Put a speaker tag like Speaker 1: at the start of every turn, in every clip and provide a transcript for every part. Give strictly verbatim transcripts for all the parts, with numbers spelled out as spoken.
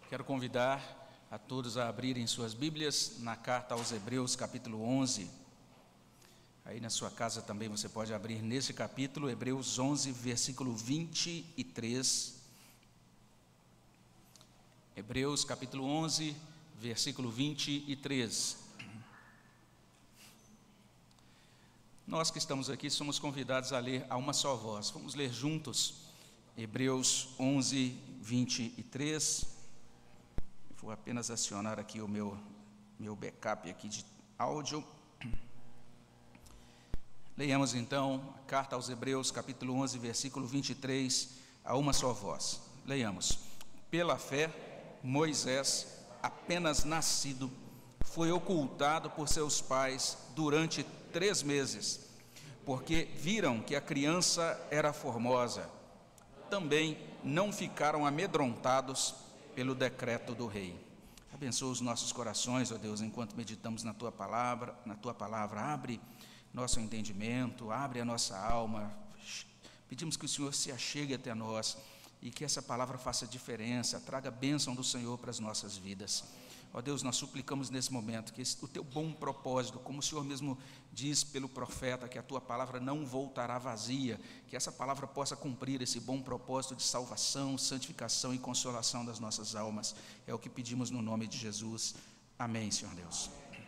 Speaker 1: Quero convidar a todos a abrirem suas Bíblias na carta aos Hebreus, capítulo onze. Aí na sua casa também você pode abrir nesse capítulo, Hebreus onze, versículo vinte e três. Hebreus, capítulo onze, versículo vinte e três. Nós que estamos aqui somos convidados a ler a uma só voz. Vamos ler juntos Hebreus onze, vinte e três. Vou apenas acionar aqui o meu, meu backup aqui de áudio. Leiamos então a carta aos Hebreus, capítulo onze, versículo vinte e três, a uma só voz. Leiamos. Pela fé, Moisés, apenas nascido, foi ocultado por seus pais durante três meses, porque viram que a criança era formosa. Também não ficaram amedrontados pelo decreto do rei. Abençoa os nossos corações, ó Deus, enquanto meditamos na Tua palavra, na Tua palavra, abre nosso entendimento, abre a nossa alma. Pedimos que o Senhor se achegue até nós e que essa palavra faça diferença, traga a bênção do Senhor para as nossas vidas. Ó Deus, nós suplicamos nesse momento que esse, o Teu bom propósito, como o Senhor mesmo diz pelo profeta, que a Tua palavra não voltará vazia, que essa palavra possa cumprir esse bom propósito de salvação, santificação e consolação das nossas almas. É o que pedimos no nome de Jesus. Amém, Senhor Deus.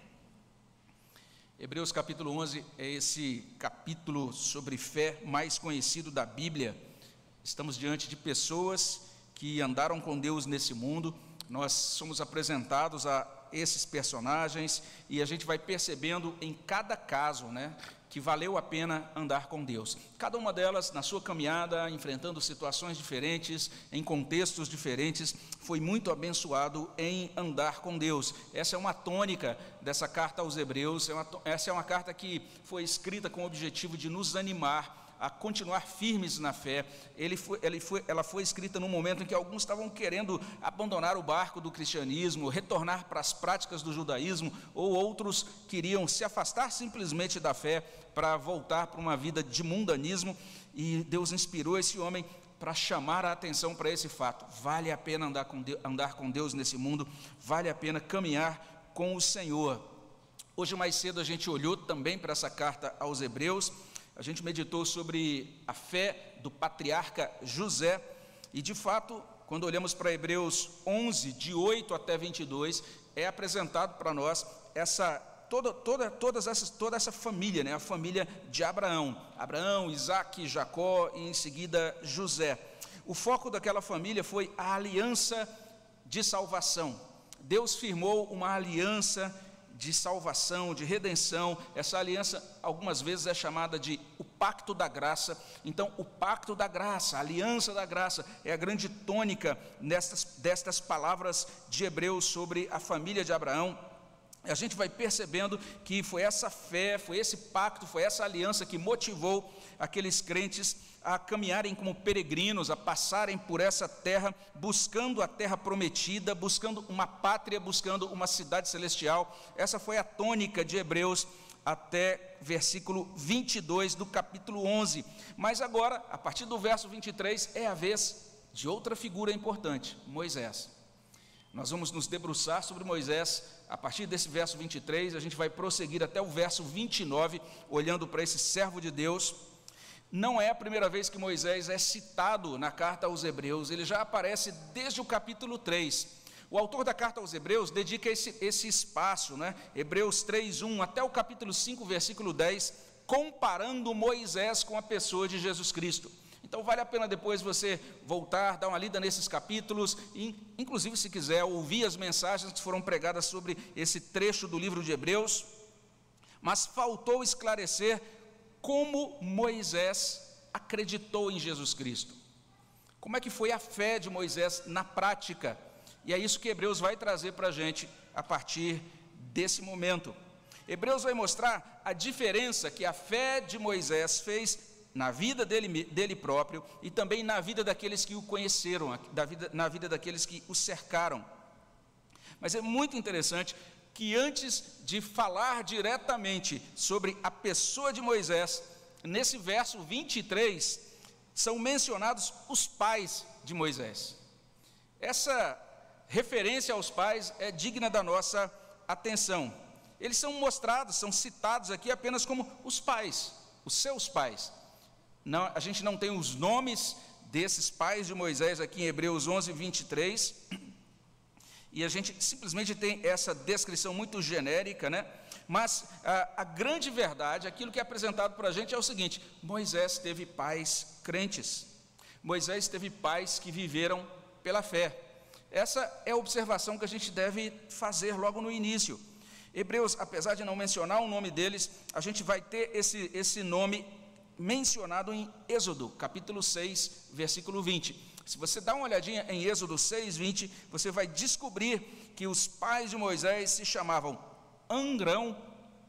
Speaker 1: Hebreus capítulo onze é esse capítulo sobre fé mais conhecido da Bíblia. Estamos diante de pessoas que andaram com Deus nesse mundo. Nós somos apresentados a esses personagens e a gente vai percebendo em cada caso, né, que valeu a pena andar com Deus. Cada uma delas, na sua caminhada, enfrentando situações diferentes, em contextos diferentes, foi muito abençoado em andar com Deus. Essa é uma tônica dessa carta aos Hebreus, é uma, essa é uma carta que foi escrita com o objetivo de nos animar a continuar firmes na fé. Ele foi, ele foi, ela foi escrita num momento em que alguns estavam querendo abandonar o barco do cristianismo, retornar para as práticas do judaísmo, ou outros queriam se afastar simplesmente da fé para voltar para uma vida de mundanismo, e Deus inspirou esse homem para chamar a atenção para esse fato. Vale a pena andar com Deus, andar com Deus nesse mundo, vale a pena caminhar com o Senhor. Hoje mais cedo a gente olhou também para essa carta aos Hebreus. A gente meditou sobre a fé do patriarca José, e de fato, quando olhamos para Hebreus onze, de oito até vinte e dois, é apresentado para nós essa, toda, toda, todas essas, toda essa família, né? A família de Abraão, Abraão, Isaque, Jacó e em seguida José. O foco daquela família foi a aliança de salvação. Deus firmou uma aliança de salvação, de redenção. Essa aliança algumas vezes é chamada de o pacto da graça. Então, o pacto da graça, a aliança da graça, é a grande tônica nestas, destas palavras de Hebreus sobre a família de Abraão. A gente vai percebendo que foi essa fé, foi esse pacto, foi essa aliança que motivou aqueles crentes a caminharem como peregrinos, a passarem por essa terra, buscando a terra prometida, buscando uma pátria, buscando uma cidade celestial. Essa foi a tônica de Hebreus até versículo vinte e dois do capítulo onze. Mas agora, a partir do verso vinte e três, é a vez de outra figura importante, Moisés. Nós vamos nos debruçar sobre Moisés. A partir desse verso vinte e três, a gente vai prosseguir até o verso vinte e nove, olhando para esse servo de Deus. Não é a primeira vez que Moisés é citado na carta aos Hebreus, ele já aparece desde o capítulo três. O autor da carta aos Hebreus dedica esse, esse espaço, né? Hebreus três, um, até o capítulo cinco, versículo dez, comparando Moisés com a pessoa de Jesus Cristo. Então vale a pena depois você voltar, dar uma lida nesses capítulos, e inclusive se quiser ouvir as mensagens que foram pregadas sobre esse trecho do livro de Hebreus. Mas faltou esclarecer como Moisés acreditou em Jesus Cristo. Como é que foi a fé de Moisés na prática? E é isso que Hebreus vai trazer para a gente a partir desse momento. Hebreus vai mostrar a diferença que a fé de Moisés fez na vida dele, dele próprio e também na vida daqueles que o conheceram, da vida, na vida daqueles que o cercaram. Mas é muito interessante que antes de falar diretamente sobre a pessoa de Moisés, nesse verso vinte e três, são mencionados os pais de Moisés. Essa referência aos pais é digna da nossa atenção. Eles são mostrados, são citados aqui apenas como os pais, os seus pais. Não, a gente não tem os nomes desses pais de Moisés aqui em Hebreus onze, vinte e três, e a gente simplesmente tem essa descrição muito genérica, né? Mas a, a grande verdade, aquilo que é apresentado para a gente é o seguinte: Moisés teve pais crentes, Moisés teve pais que viveram pela fé. Essa é a observação que a gente deve fazer logo no início. Hebreus, apesar de não mencionar o nome deles, a gente vai ter esse, esse nome mencionado em Êxodo, capítulo seis, versículo vinte. Se você dá uma olhadinha em Êxodo seis, vinte, você vai descobrir que os pais de Moisés se chamavam Amrão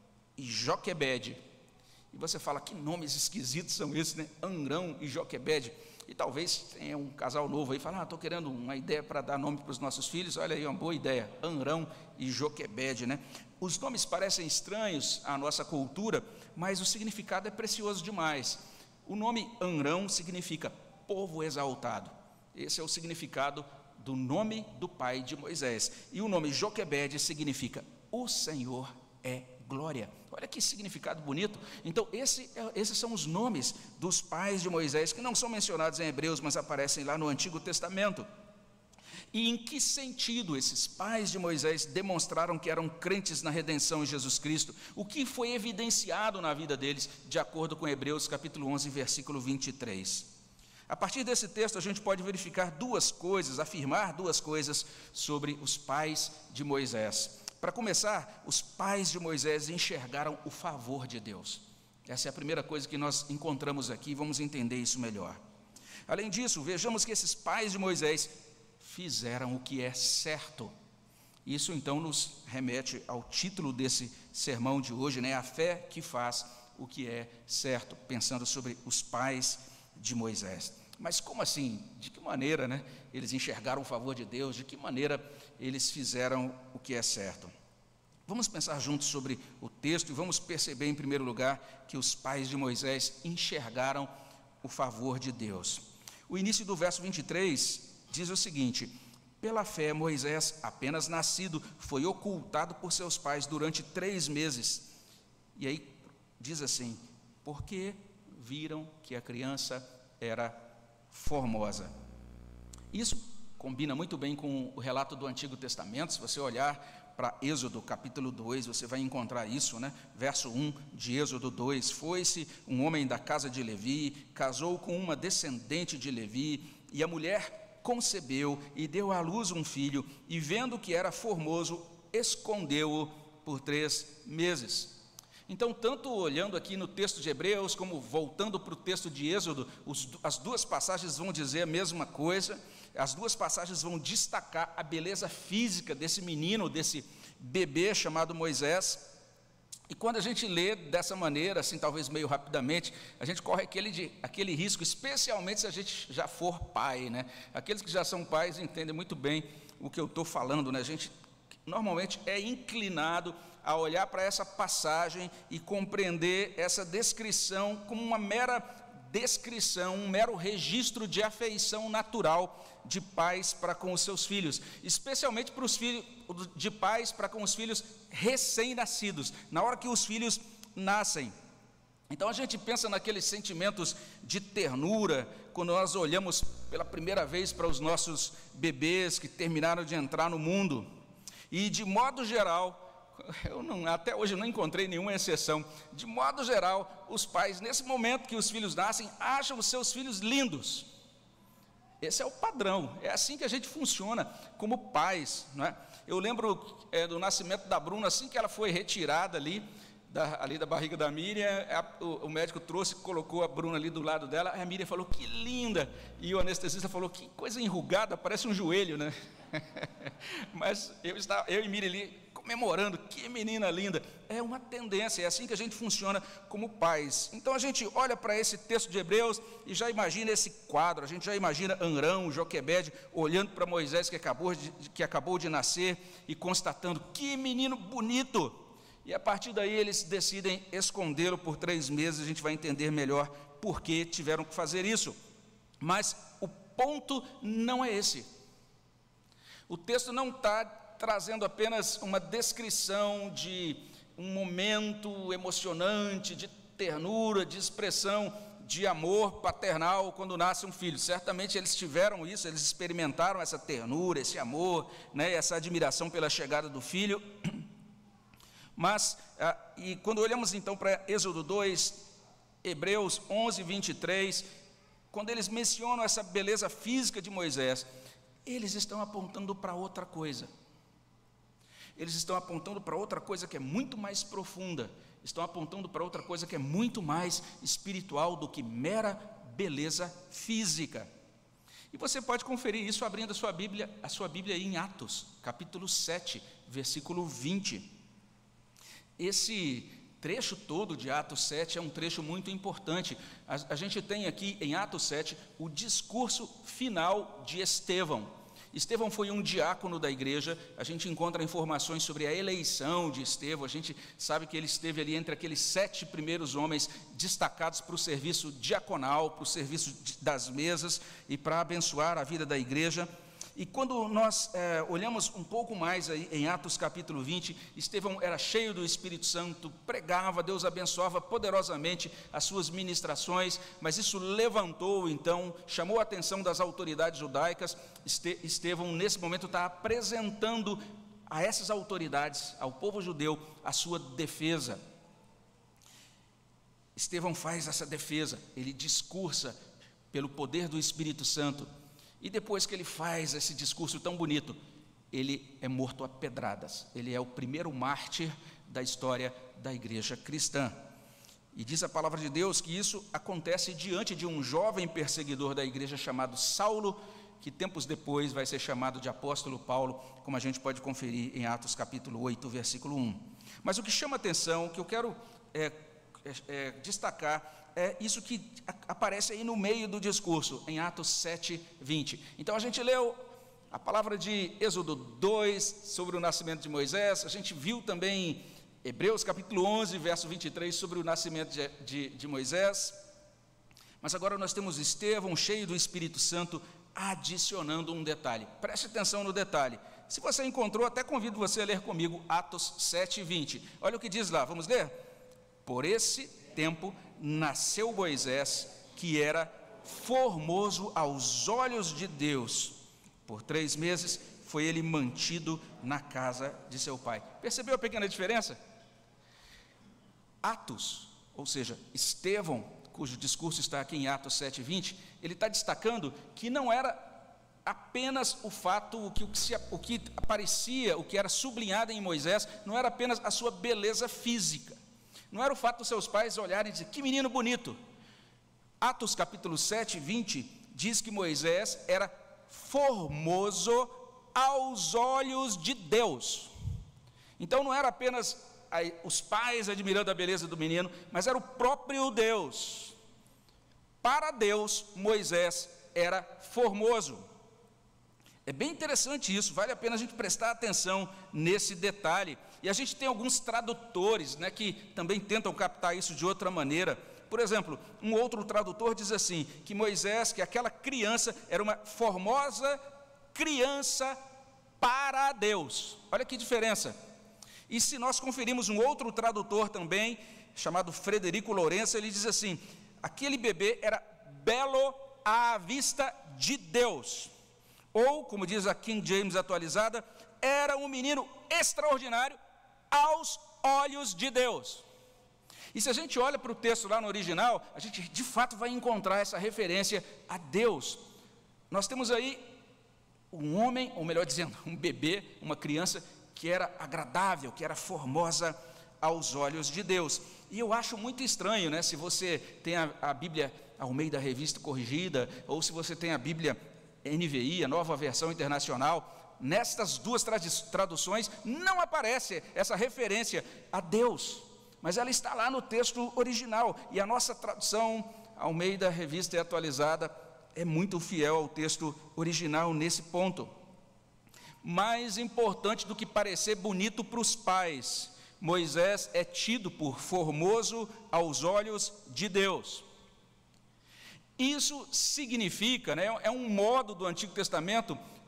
Speaker 1: e Joquebede. E você fala, que nomes esquisitos são esses, né? Amrão e Joquebede. E talvez tenha um casal novo aí, fala, ah, estou querendo uma ideia para dar nome para os nossos filhos. Olha aí, uma boa ideia, Amrão e Joquebede, né? Os nomes parecem estranhos à nossa cultura, mas o significado é precioso demais. O nome Amrão significa povo exaltado. Esse é o significado do nome do pai de Moisés. E o nome Joquebede significa o Senhor é glória. Olha que significado bonito. Então esse, esses são os nomes dos pais de Moisés, que não são mencionados em Hebreus, mas aparecem lá no Antigo Testamento. E em que sentido esses pais de Moisés demonstraram que eram crentes na redenção em Jesus Cristo? O que foi evidenciado na vida deles, de acordo com Hebreus capítulo onze, versículo vinte e três. A partir desse texto a gente pode verificar duas coisas, afirmar duas coisas sobre os pais de Moisés. Para começar, os pais de Moisés enxergaram o favor de Deus. Essa é a primeira coisa que nós encontramos aqui, vamos entender isso melhor. Além disso, vejamos que esses pais de Moisés fizeram o que é certo. Isso então nos remete ao título desse sermão de hoje, né? A fé que faz o que é certo, pensando sobre os pais de Moisés. Mas como assim? De que maneira, né, eles enxergaram o favor de Deus? De que maneira eles fizeram o que é certo? Vamos pensar juntos sobre o texto e vamos perceber, em primeiro lugar, que os pais de Moisés enxergaram o favor de Deus. O início do verso vinte e três diz o seguinte: pela fé, Moisés, apenas nascido, foi ocultado por seus pais durante três meses. E aí diz assim: porque viram que a criança era formosa. Isso combina muito bem com o relato do Antigo Testamento. Se você olhar para Êxodo capítulo dois, você vai encontrar isso, né? Verso um de Êxodo dois: foi-se um homem da casa de Levi, casou com uma descendente de Levi, e a mulher concebeu e deu à luz um filho, e vendo que era formoso, escondeu-o por três meses. Então, tanto olhando aqui no texto de Hebreus, como voltando para o texto de Êxodo, os, as duas passagens vão dizer a mesma coisa. As duas passagens vão destacar a beleza física desse menino, desse bebê chamado Moisés. E quando a gente lê dessa maneira, assim, talvez meio rapidamente, a gente corre aquele, de, aquele risco, especialmente se a gente já for pai, né? Aqueles que já são pais entendem muito bem o que eu estou falando, né? A gente normalmente é inclinado a olhar para essa passagem e compreender essa descrição como uma mera descrição, um mero registro de afeição natural de pais para com os seus filhos, especialmente para os filhos de pais para com os filhos recém-nascidos, na hora que os filhos nascem. Então a gente pensa naqueles sentimentos de ternura, quando nós olhamos pela primeira vez para os nossos bebês que terminaram de entrar no mundo. E de modo geral, eu não, até hoje eu não encontrei nenhuma exceção, de modo geral, os pais, nesse momento que os filhos nascem, acham os seus filhos lindos. Esse é o padrão, é assim que a gente funciona como pais, não é? Eu lembro é, do nascimento da Bruna, assim que ela foi retirada ali da, ali da barriga da Miriam, a, o, o médico trouxe, colocou a Bruna ali do lado dela, a Miriam falou, que linda, e o anestesista falou, que coisa enrugada, parece um joelho, né? Mas eu, estava, eu e Miriam ali comemorando, que menina linda. É uma tendência, é assim que a gente funciona como pais. Então a gente olha para esse texto de Hebreus e já imagina esse quadro, a gente já imagina Amrão, Joquebede, olhando para Moisés que acabou, de, que acabou de nascer e constatando, que menino bonito. E a partir daí eles decidem escondê-lo por três meses, a gente vai entender melhor por que tiveram que fazer isso. Mas o ponto não é esse. O texto não está trazendo apenas uma descrição de um momento emocionante, de ternura, de expressão de amor paternal quando nasce um filho. Certamente eles tiveram isso, eles experimentaram essa ternura, esse amor, né, essa admiração pela chegada do filho. Mas, ah, e quando olhamos então para Êxodo dois, Hebreus onze, vinte e três, quando eles mencionam essa beleza física de Moisés, eles estão apontando para outra coisa. Eles estão apontando para outra coisa que é muito mais profunda, estão apontando para outra coisa que é muito mais espiritual do que mera beleza física. E você pode conferir isso abrindo a sua Bíblia, a sua Bíblia aí em Atos, capítulo sete, versículo vinte. Esse trecho todo de Atos sete é um trecho muito importante. A, a gente tem aqui em Atos sete o discurso final de Estevão. Estevão foi um diácono da igreja. A gente encontra informações sobre a eleição de Estevão. A gente sabe que ele esteve ali entre aqueles sete primeiros homens destacados para o serviço diaconal, para o serviço das mesas e para abençoar a vida da igreja. E quando nós é, olhamos um pouco mais aí em Atos capítulo vinte, Estevão era cheio do Espírito Santo, pregava, Deus abençoava poderosamente as suas ministrações, mas isso levantou então, chamou a atenção das autoridades judaicas. Este, Estevão nesse momento está apresentando a essas autoridades, ao povo judeu, a sua defesa. Estevão faz essa defesa, ele discursa pelo poder do Espírito Santo. E depois que ele faz esse discurso tão bonito, ele é morto a pedradas. Ele é o primeiro mártir da história da igreja cristã. E diz a palavra de Deus que isso acontece diante de um jovem perseguidor da igreja chamado Saulo, que tempos depois vai ser chamado de apóstolo Paulo, como a gente pode conferir em Atos capítulo oito, versículo um. Mas o que chama atenção, o que eu quero é, é, é, destacar, é isso que aparece aí no meio do discurso, em Atos sete, vinte. Então a gente leu a palavra de Êxodo dois, sobre o nascimento de Moisés. A gente viu também Hebreus capítulo onze, verso vinte e três, sobre o nascimento de, de, de Moisés. Mas agora nós temos Estevão, cheio do Espírito Santo, adicionando um detalhe. Preste atenção no detalhe. Se você encontrou, até convido você a ler comigo Atos sete, vinte. Olha o que diz lá, vamos ler? Por esse tempo nasceu Moisés, que era formoso aos olhos de Deus. Por três meses foi ele mantido na casa de seu pai. Percebeu a pequena diferença? Atos, ou seja, Estevão, cujo discurso está aqui em Atos sete, vinte, ele está destacando que não era apenas o fato, o que, o, que se, o que aparecia, o que era sublinhado em Moisés, não era apenas a sua beleza física. Não era o fato dos seus pais olharem e dizer, que menino bonito. Atos capítulo sete, vinte, diz que Moisés era formoso aos olhos de Deus. Então não era apenas os pais admirando a beleza do menino, mas era o próprio Deus. Para Deus, Moisés era formoso. É bem interessante isso, vale a pena a gente prestar atenção nesse detalhe. E a gente tem alguns tradutores, né, que também tentam captar isso de outra maneira. Por exemplo, um outro tradutor diz assim, que Moisés, que aquela criança, era uma formosa criança para Deus. Olha que diferença. E se nós conferimos um outro tradutor também, chamado Frederico Lourenço, ele diz assim, aquele bebê era belo à vista de Deus. Ou, como diz a King James atualizada, era um menino extraordinário aos olhos de Deus. E se a gente olha para o texto lá no original, a gente de fato vai encontrar essa referência a Deus. Nós temos aí um homem, ou melhor dizendo, um bebê, uma criança que era agradável, que era formosa aos olhos de Deus. E eu acho muito estranho, né, se você tem a, a Bíblia Almeida Revista Corrigida, ou se você tem a Bíblia N V I, a Nova Versão Internacional, nestas duas traduções não aparece essa referência a Deus, mas ela está lá no texto original, e a nossa tradução Almeida Revista e Atualizada é muito fiel ao texto original nesse ponto. Mais importante do que parecer bonito para os pais, Moisés é tido por formoso aos olhos de Deus. Isso significa, né, é um modo do Antigo Testamento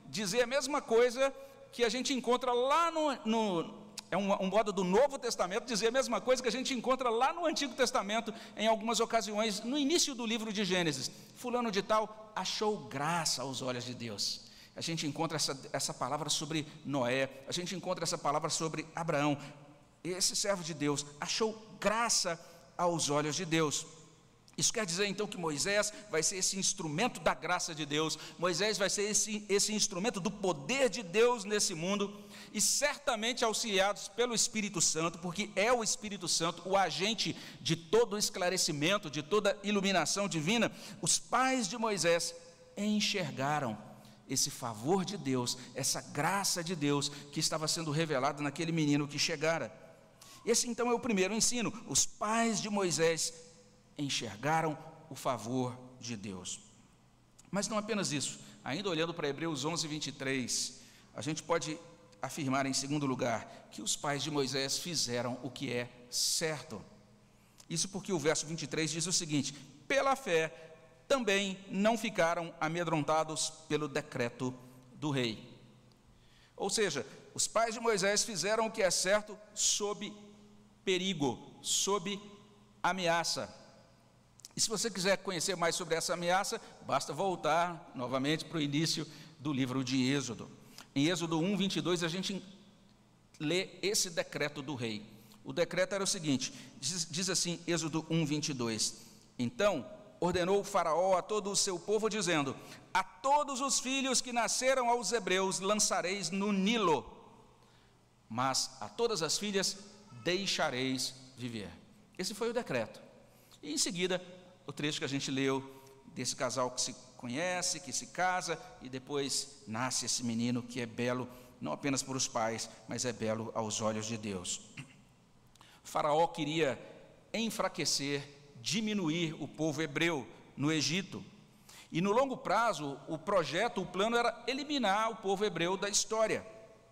Speaker 1: dizer a mesma coisa que a gente encontra lá no, no é um, um modo do Novo Testamento, dizer a mesma coisa que a gente encontra lá no Antigo Testamento, em algumas ocasiões, no início do livro de Gênesis. Fulano de tal achou graça aos olhos de Deus. A gente encontra essa, essa palavra sobre Noé, a gente encontra essa palavra sobre Abraão. Esse servo de Deus achou graça aos olhos de Deus. Isso quer dizer então que Moisés vai ser esse instrumento da graça de Deus, Moisés vai ser esse, esse instrumento do poder de Deus nesse mundo, e certamente auxiliados pelo Espírito Santo, porque é o Espírito Santo o agente de todo esclarecimento, de toda iluminação divina. Os pais de Moisés enxergaram esse favor de Deus, essa graça de Deus que estava sendo revelada naquele menino que chegara. Esse então é o primeiro ensino. Os pais de Moisés enxergaram o favor de Deus. Mas não apenas isso, ainda olhando para Hebreus onze, vinte e três, a gente pode afirmar em segundo lugar, que os pais de Moisés fizeram o que é certo. Isso porque o verso vinte e três diz o seguinte: pela fé também não ficaram amedrontados pelo decreto do rei. Ou seja, os pais de Moisés fizeram o que é certo sob perigo, sob ameaça. E se você quiser conhecer mais sobre essa ameaça, basta voltar novamente para o início do livro de Êxodo. Em Êxodo um, vinte e dois, a gente lê esse decreto do rei. O decreto era o seguinte, diz, diz assim, Êxodo um, vinte e dois: então ordenou o faraó a todo o seu povo, dizendo: a todos os filhos que nasceram aos hebreus lançareis no Nilo, mas a todas as filhas deixareis viver. Esse foi o decreto. E em seguida, o trecho que a gente leu desse casal que se conhece, que se casa, e depois nasce esse menino que é belo, não apenas para os pais, mas é belo aos olhos de Deus. O faraó queria enfraquecer, diminuir o povo hebreu no Egito. E no longo prazo, o projeto, o plano era eliminar o povo hebreu da história.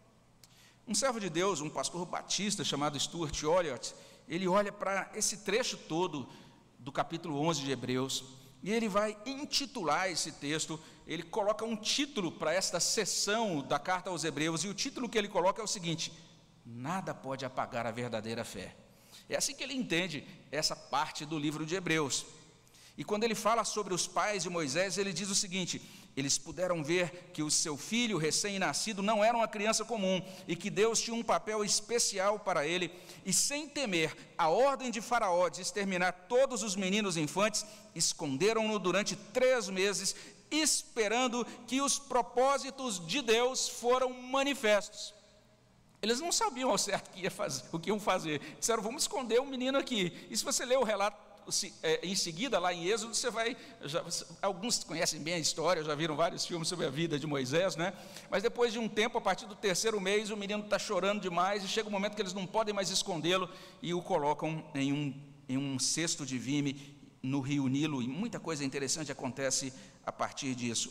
Speaker 1: Um servo de Deus, um pastor batista chamado Stuart Olyott, ele olha para esse trecho todo do capítulo onze de Hebreus, e ele vai intitular esse texto, ele coloca um título para esta seção da carta aos Hebreus, e o título que ele coloca é o seguinte: nada pode apagar a verdadeira fé. É assim que ele entende essa parte do livro de Hebreus. E quando ele fala sobre os pais de Moisés, ele diz o seguinte: eles puderam ver que o seu filho recém-nascido não era uma criança comum, e que Deus tinha um papel especial para ele, e sem temer a ordem de Faraó de exterminar todos os meninos infantes, esconderam-no durante três meses, esperando que os propósitos de Deus foram manifestos. Eles não sabiam ao certo o que, ia fazer, o que iam fazer, disseram: vamos esconder o menino aqui. E se você ler o relato em seguida, lá em Êxodo, você vai, já, alguns conhecem bem a história, já viram vários filmes sobre a vida de Moisés, né? Mas depois de um tempo, a partir do terceiro mês, o menino está chorando demais, e chega um momento que eles não podem mais escondê-lo, e o colocam em um, em um cesto de vime no rio Nilo, e muita coisa interessante acontece a partir disso.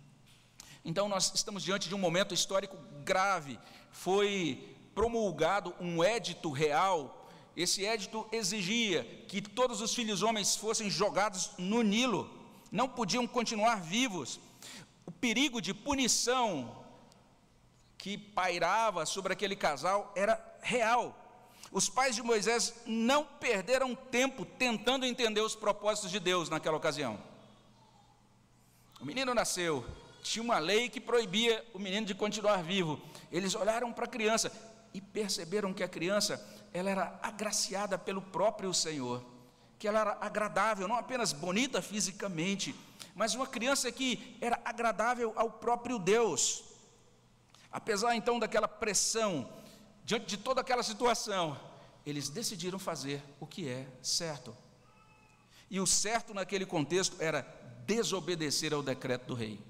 Speaker 1: Então nós estamos diante de um momento histórico grave. Foi promulgado um édito real. Esse édito exigia que todos os filhos homens fossem jogados no Nilo, não podiam continuar vivos. O perigo de punição que pairava sobre aquele casal era real. Os pais de Moisés não perderam tempo tentando entender os propósitos de Deus naquela ocasião. O menino nasceu, tinha uma lei que proibia o menino de continuar vivo. Eles olharam para a criança e perceberam que a criança, ela era agraciada pelo próprio Senhor, que ela era agradável, não apenas bonita fisicamente, mas uma criança que era agradável ao próprio Deus. Apesar então daquela pressão, diante de toda aquela situação, eles decidiram fazer o que é certo. E o certo naquele contexto era desobedecer ao decreto do rei.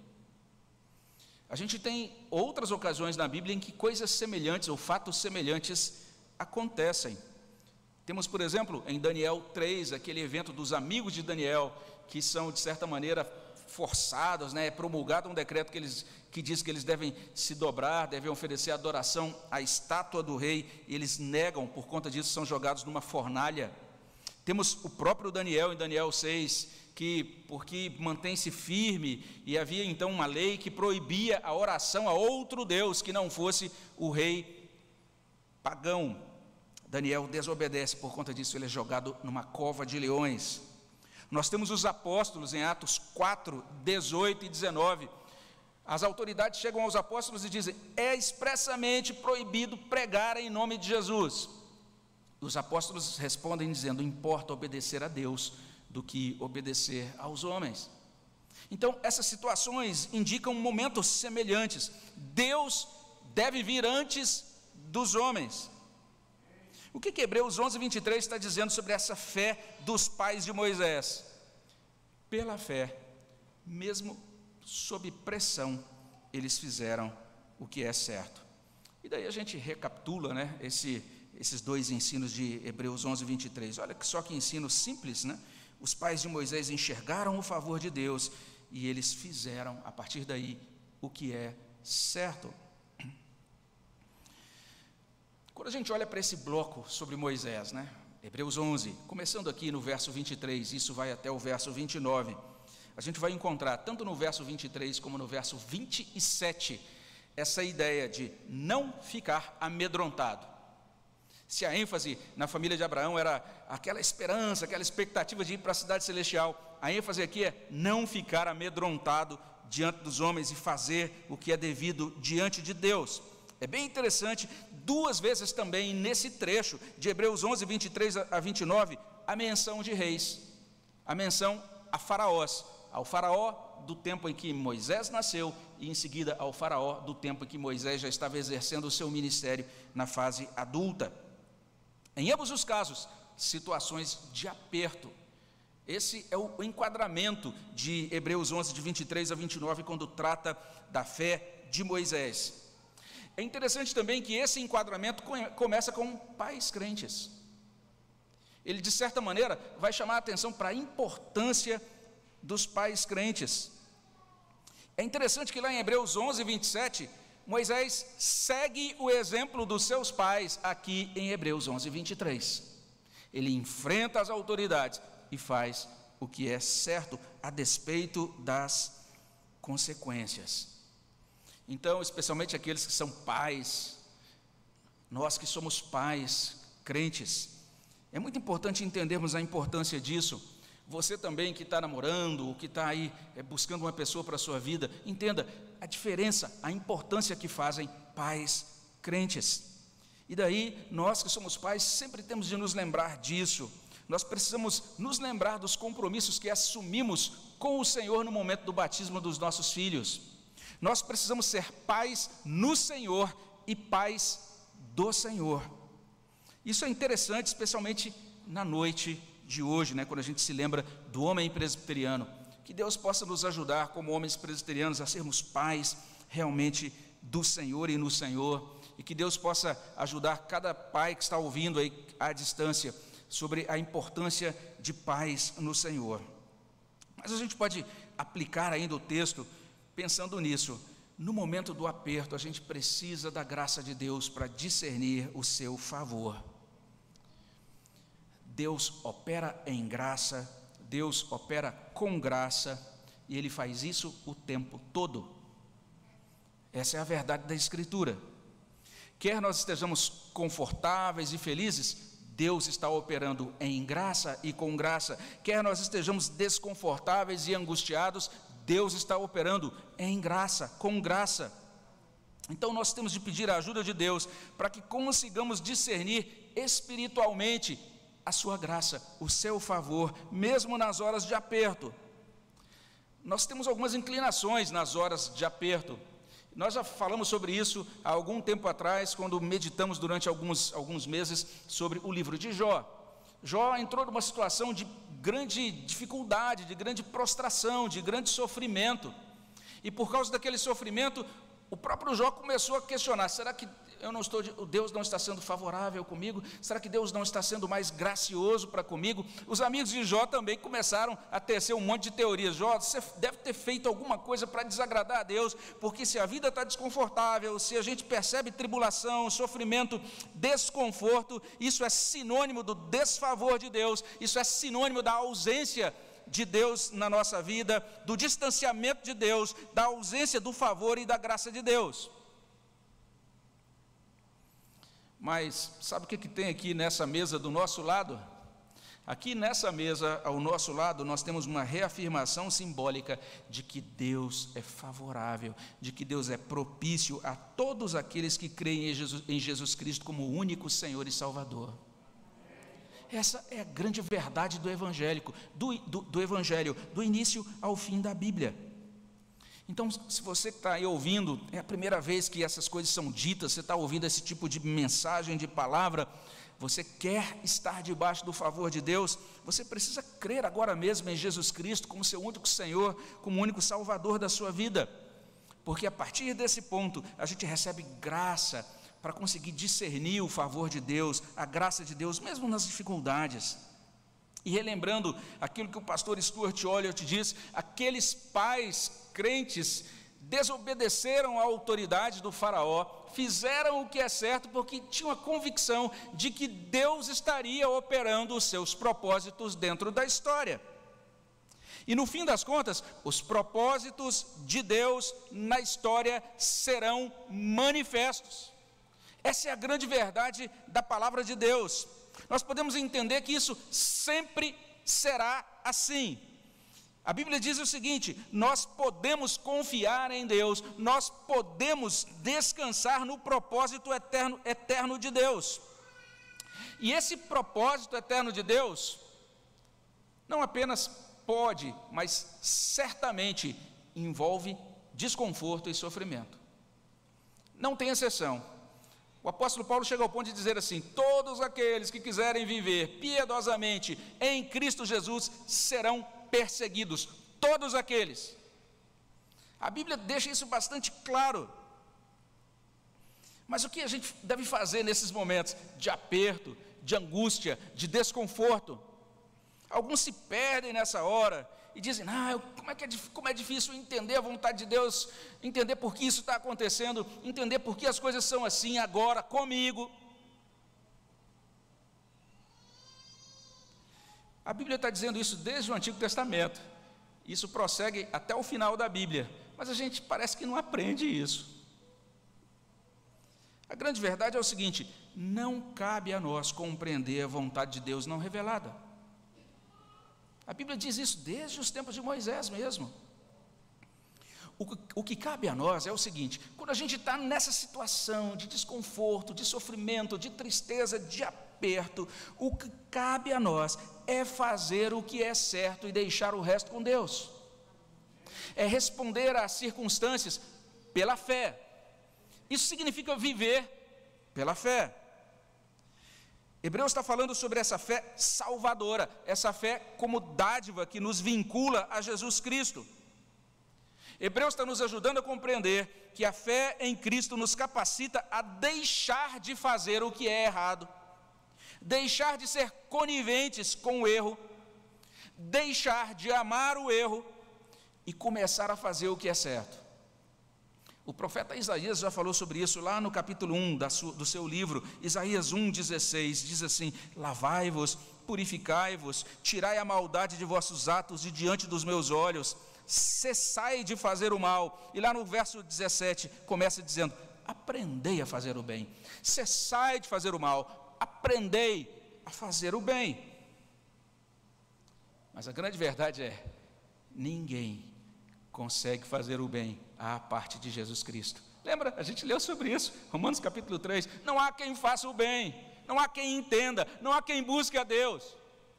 Speaker 1: A gente tem outras ocasiões na Bíblia em que coisas semelhantes ou fatos semelhantes acontecem. Temos, por exemplo, em Daniel três, aquele evento dos amigos de Daniel, que são, de certa maneira, forçados, né? É promulgado um decreto que, eles, que diz que eles devem se dobrar, devem oferecer adoração à estátua do rei, e eles negam, por conta disso são jogados numa fornalha. Temos o próprio Daniel, em Daniel seis, que, porque mantém-se firme, e havia então uma lei que proibia a oração a outro Deus que não fosse o rei pagão. Daniel desobedece, por conta disso ele é jogado numa cova de leões. Nós temos os apóstolos em Atos quatro, dezoito e dezenove. As autoridades chegam aos apóstolos e dizem: é expressamente proibido pregar em nome de Jesus. Os apóstolos respondem dizendo: importa obedecer a Deus do que obedecer aos homens. Então, essas situações indicam momentos semelhantes. Deus deve vir antes dos homens. O que que Hebreus onze, vinte e três está dizendo sobre essa fé dos pais de Moisés? Pela fé, mesmo sob pressão, eles fizeram o que é certo. E daí a gente recapitula, né, esse, esses dois ensinos de Hebreus onze, vinte e três. Olha que só que ensino simples, né? Os pais de Moisés enxergaram o favor de Deus e eles fizeram, a partir daí, o que é certo. Quando a gente olha para esse bloco sobre Moisés, né? Hebreus onze, começando aqui no verso vinte e três, isso vai até o verso vinte e nove, a gente vai encontrar, tanto no verso vinte e três como no verso vinte e sete, essa ideia de não ficar amedrontado. Se a ênfase na família de Abraão era aquela esperança, aquela expectativa de ir para a cidade celestial, a ênfase aqui é não ficar amedrontado diante dos homens e fazer o que é devido diante de Deus. É bem interessante, duas vezes também nesse trecho de Hebreus onze, vinte e três a vinte e nove, a menção de reis, a menção a faraós, ao faraó do tempo em que Moisés nasceu e em seguida ao faraó do tempo em que Moisés já estava exercendo o seu ministério na fase adulta. Em ambos os casos, situações de aperto. Esse é o enquadramento de Hebreus onze, de vinte e três a vinte e nove, quando trata da fé de Moisés. É interessante também que esse enquadramento começa com pais crentes. Ele, de certa maneira, vai chamar a atenção para a importância dos pais crentes. É interessante que lá em Hebreus onze, vinte e sete, Moisés segue o exemplo dos seus pais aqui em Hebreus onze, vinte e três. Ele enfrenta as autoridades e faz o que é certo, a despeito das consequências. Então, especialmente aqueles que são pais, nós que somos pais, crentes, é muito importante entendermos a importância disso. Você também que está namorando, ou que está aí é, buscando uma pessoa para a sua vida, entenda a diferença, a importância que fazem pais crentes. E daí, nós que somos pais, sempre temos de nos lembrar disso. Nós precisamos nos lembrar dos compromissos que assumimos com o Senhor no momento do batismo dos nossos filhos. Nós precisamos ser pais no Senhor e pais do Senhor. Isso é interessante, especialmente na noite de hoje, né, quando a gente se lembra do homem presbiteriano. Que Deus possa nos ajudar, como homens presbiterianos, a sermos pais realmente do Senhor e no Senhor. E que Deus possa ajudar cada pai que está ouvindo aí à distância sobre a importância de pais no Senhor. Mas a gente pode aplicar ainda o texto pensando nisso. No momento do aperto, a gente precisa da graça de Deus para discernir o seu favor. Deus opera em graça, Deus opera com graça, e Ele faz isso o tempo todo. Essa é a verdade da Escritura. Quer nós estejamos confortáveis e felizes, Deus está operando em graça e com graça. Quer nós estejamos desconfortáveis e angustiados, Deus está operando em graça, com graça. Então nós temos de pedir a ajuda de Deus para que consigamos discernir espiritualmente a sua graça, o seu favor, mesmo nas horas de aperto. Nós temos algumas inclinações nas horas de aperto. Nós já falamos sobre isso há algum tempo atrás, quando meditamos durante alguns, alguns meses sobre o livro de Jó. Jó entrou numa situação de grande dificuldade, de grande prostração, de grande sofrimento. E por causa daquele sofrimento, o próprio Jó começou a questionar: será que eu não estou, Deus não está sendo favorável comigo? Será que Deus não está sendo mais gracioso para comigo? Os amigos de Jó também começaram a tecer um monte de teorias. Jó, você deve ter feito alguma coisa para desagradar a Deus, porque se a vida está desconfortável, se a gente percebe tribulação, sofrimento, desconforto, isso é sinônimo do desfavor de Deus, isso é sinônimo da ausência de Deus na nossa vida, do distanciamento de Deus, da ausência do favor e da graça de Deus. Mas sabe o que, que tem aqui nessa mesa do nosso lado? Aqui nessa mesa, ao nosso lado, nós temos uma reafirmação simbólica de que Deus é favorável, de que Deus é propício a todos aqueles que creem em Jesus, em Jesus Cristo como o único Senhor e Salvador. Essa é a grande verdade do evangélico, do, do, do evangelho, do início ao fim da Bíblia. Então, se você está aí ouvindo, é a primeira vez que essas coisas são ditas, você está ouvindo esse tipo de mensagem, de palavra, você quer estar debaixo do favor de Deus, você precisa crer agora mesmo em Jesus Cristo como seu único Senhor, como o único Salvador da sua vida, porque a partir desse ponto, a gente recebe graça para conseguir discernir o favor de Deus, a graça de Deus, mesmo nas dificuldades. E relembrando aquilo que o pastor Stuart Olyott diz, aqueles pais crentes desobedeceram à autoridade do faraó, fizeram o que é certo porque tinham a convicção de que Deus estaria operando os seus propósitos dentro da história. E no fim das contas, os propósitos de Deus na história serão manifestos. Essa é a grande verdade da palavra de Deus. Nós podemos entender que isso sempre será assim. A Bíblia diz o seguinte: nós podemos confiar em Deus, nós podemos descansar no propósito eterno, eterno de Deus. E esse propósito eterno de Deus, não apenas pode, mas certamente envolve desconforto e sofrimento. Não tem exceção. O apóstolo Paulo chega ao ponto de dizer assim: todos aqueles que quiserem viver piedosamente em Cristo Jesus serão perseguidos, todos aqueles. A Bíblia deixa isso bastante claro. Mas o que a gente deve fazer nesses momentos de aperto, de angústia, de desconforto? Alguns se perdem nessa hora e dizem: ah, eu, como, é que é, como é difícil entender a vontade de Deus, entender por que isso está acontecendo, entender por que as coisas são assim agora comigo. A Bíblia está dizendo isso desde o Antigo Testamento, isso prossegue até o final da Bíblia, mas a gente parece que não aprende isso. A grande verdade é o seguinte: não cabe a nós compreender a vontade de Deus não revelada. A Bíblia diz isso desde os tempos de Moisés mesmo. O, o que cabe a nós é o seguinte: quando a gente está nessa situação de desconforto, de sofrimento, de tristeza, de aperto, o que cabe a nós é fazer o que é certo e deixar o resto com Deus. É responder às circunstâncias pela fé. Isso significa viver pela fé. Hebreus está falando sobre essa fé salvadora, essa fé como dádiva que nos vincula a Jesus Cristo. Hebreus está nos ajudando a compreender que a fé em Cristo nos capacita a deixar de fazer o que é errado, deixar de ser coniventes com o erro, deixar de amar o erro e começar a fazer o que é certo. O profeta Isaías já falou sobre isso lá no capítulo um da sua, do seu livro, Isaías um, dezesseis, diz assim: lavai-vos, purificai-vos, tirai a maldade de vossos atos de diante dos meus olhos, cessai de fazer o mal. E lá no verso dezessete começa dizendo: aprendei a fazer o bem, cessai de fazer o mal, aprendei a fazer o bem. Mas a grande verdade é: ninguém consegue fazer o bem à parte de Jesus Cristo. Lembra? A gente leu sobre isso, Romanos capítulo três. Não há quem faça o bem, não há quem entenda, não há quem busque a Deus.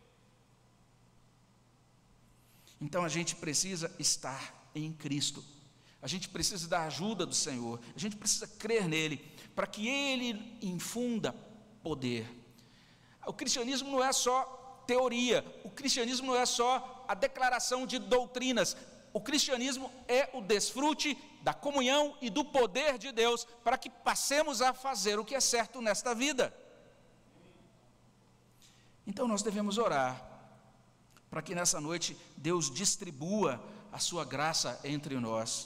Speaker 1: Então a gente precisa estar em Cristo, a gente precisa da ajuda do Senhor, a gente precisa crer nele, para que ele infunda poder. O cristianismo não é só teoria, o cristianismo não é só a declaração de doutrinas, o cristianismo é o desfrute da comunhão e do poder de Deus para que passemos a fazer o que é certo nesta vida. Então nós devemos orar para que nessa noite Deus distribua a sua graça entre nós.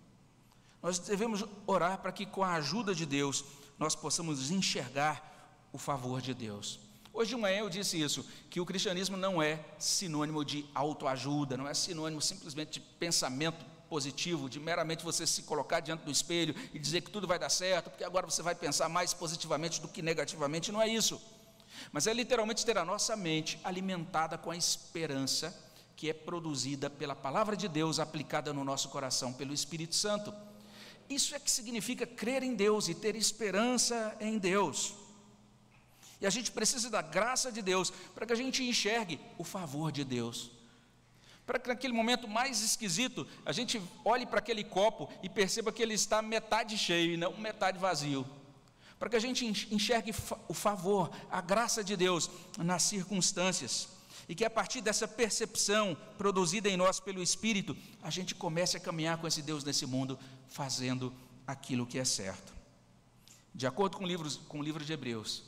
Speaker 1: Nós devemos orar para que com a ajuda de Deus nós possamos enxergar o favor de Deus. Hoje de manhã eu disse isso, que o cristianismo não é sinônimo de autoajuda, não é sinônimo simplesmente de pensamento positivo, de meramente você se colocar diante do espelho e dizer que tudo vai dar certo, porque agora você vai pensar mais positivamente do que negativamente. Não é isso, mas é literalmente ter a nossa mente alimentada com a esperança que é produzida pela palavra de Deus aplicada no nosso coração pelo Espírito Santo. Isso é que significa crer em Deus e ter esperança em Deus. E a gente precisa da graça de Deus para que a gente enxergue o favor de Deus, para que naquele momento mais esquisito a gente olhe para aquele copo e perceba que ele está metade cheio e não metade vazio, para que a gente enxergue o favor, a graça de Deus nas circunstâncias, e que a partir dessa percepção produzida em nós pelo Espírito, a gente comece a caminhar com esse Deus nesse mundo, fazendo aquilo que é certo. De acordo com o livro, com o livro de Hebreus,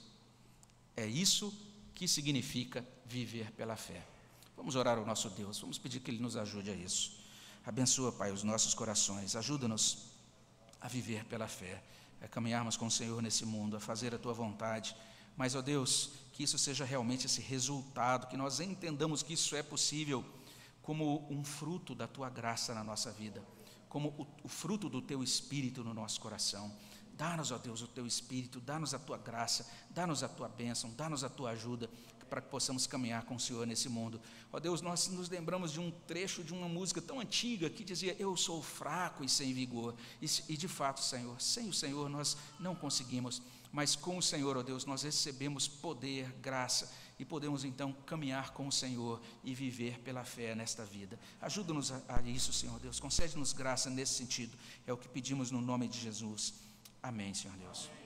Speaker 1: é isso que significa viver pela fé. Vamos orar ao nosso Deus, vamos pedir que Ele nos ajude a isso. Abençoa, Pai, os nossos corações, ajuda-nos a viver pela fé, a caminharmos com o Senhor nesse mundo, a fazer a Tua vontade, mas, ó Deus, que isso seja realmente esse resultado, que nós entendamos que isso é possível como um fruto da Tua graça na nossa vida, como o, o fruto do Teu Espírito no nosso coração. Dá-nos, ó Deus, o Teu Espírito, dá-nos a Tua graça, dá-nos a Tua bênção, dá-nos a Tua ajuda, para que possamos caminhar com o Senhor nesse mundo. Ó Deus, nós nos lembramos de um trecho de uma música tão antiga, que dizia, eu sou fraco e sem vigor, e, e de fato, Senhor, sem o Senhor nós não conseguimos, mas com o Senhor, ó Deus, nós recebemos poder, graça, e podemos então caminhar com o Senhor e viver pela fé nesta vida. Ajuda-nos a, a isso, Senhor Deus, concede-nos graça nesse sentido, é o que pedimos no nome de Jesus. Amém, Senhor Deus.